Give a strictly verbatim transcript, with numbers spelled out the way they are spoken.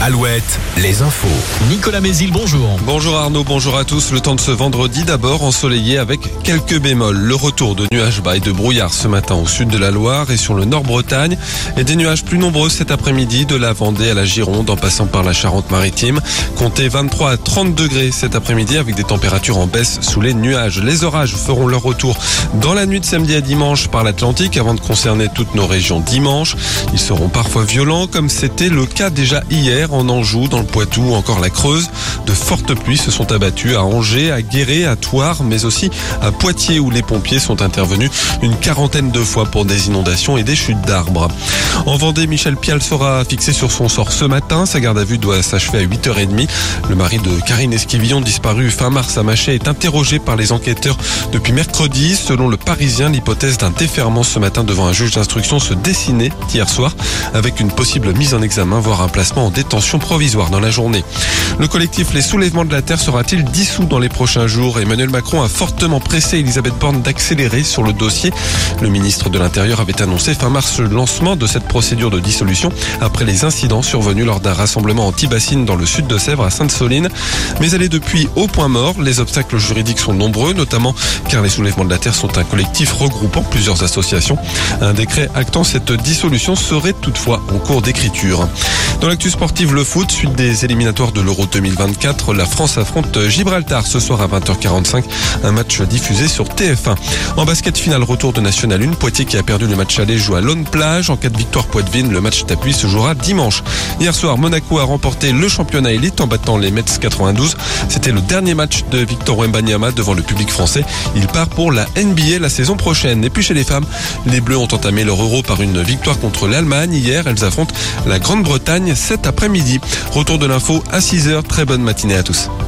Alouette, les infos. Nicolas Mézil, bonjour. Bonjour Arnaud, bonjour à tous. Le temps de ce vendredi d'abord ensoleillé avec quelques bémols. Le retour de nuages bas et de brouillard ce matin au sud de la Loire et sur le Nord-Bretagne. Et des nuages plus nombreux cet après-midi de la Vendée à la Gironde en passant par la Charente-Maritime. Comptez vingt-trois à trente degrés cet après-midi avec des températures en baisse sous les nuages. Les orages feront leur retour dans la nuit de samedi à dimanche par l'Atlantique avant de concerner toutes nos régions dimanche. Ils seront parfois violents comme c'était le cas déjà hier en Anjou, dans le Poitou ou encore la Creuse. De fortes pluies se sont abattues à Angers, à Guéret, à Thouars, mais aussi à Poitiers où les pompiers sont intervenus une quarantaine de fois pour des inondations et des chutes d'arbres. En Vendée, Michel Pial sera fixé sur son sort ce matin. Sa garde à vue doit s'achever à huit heures trente. Le mari de Karine Esquivillon, disparu fin mars à Maché, est interrogé par les enquêteurs depuis mercredi. Selon le Parisien, l'hypothèse d'un déferrement ce matin devant un juge d'instruction se dessinait hier soir avec une possible mise en examen, voire un placement en détention provisoire dans la journée. Le collectif Les Soulèvements de la Terre sera-t-il dissous dans les prochains jours? Emmanuel Macron a fortement pressé Elisabeth Borne d'accélérer sur le dossier. Le ministre de l'Intérieur avait annoncé fin mars le lancement de cette procédure de dissolution après les incidents survenus lors d'un rassemblement anti-bassine dans le sud de Sèvres à Sainte-Soline. Mais elle est depuis au point mort. Les obstacles juridiques sont nombreux, notamment car les Soulèvements de la Terre sont un collectif regroupant plusieurs associations. Un décret actant cette dissolution serait toutefois en cours d'écriture. Dans l'actu sportive, le foot, suite des éliminatoires de l'Euro deux mille vingt-quatre, la France affronte Gibraltar ce soir à vingt heures quarante-cinq, un match diffusé sur T F un. En basket final, retour de National un, Poitiers qui a perdu le match aller joue à Lone Plage. En cas de victoire Poitevine, le match d'appui se jouera dimanche. Hier soir, Monaco a remporté le championnat élite en battant les Mets quatre-vingt-douze. C'était le dernier match de Victor Wembanyama devant le public français. Il part pour la N B A la saison prochaine. Et puis chez les femmes, les Bleus ont entamé leur Euro par une victoire contre l'Allemagne. Hier, elles affrontent la Grande-Bretagne cet après-midi. Retour de l'info à six heures. Très bonne matinée à tous.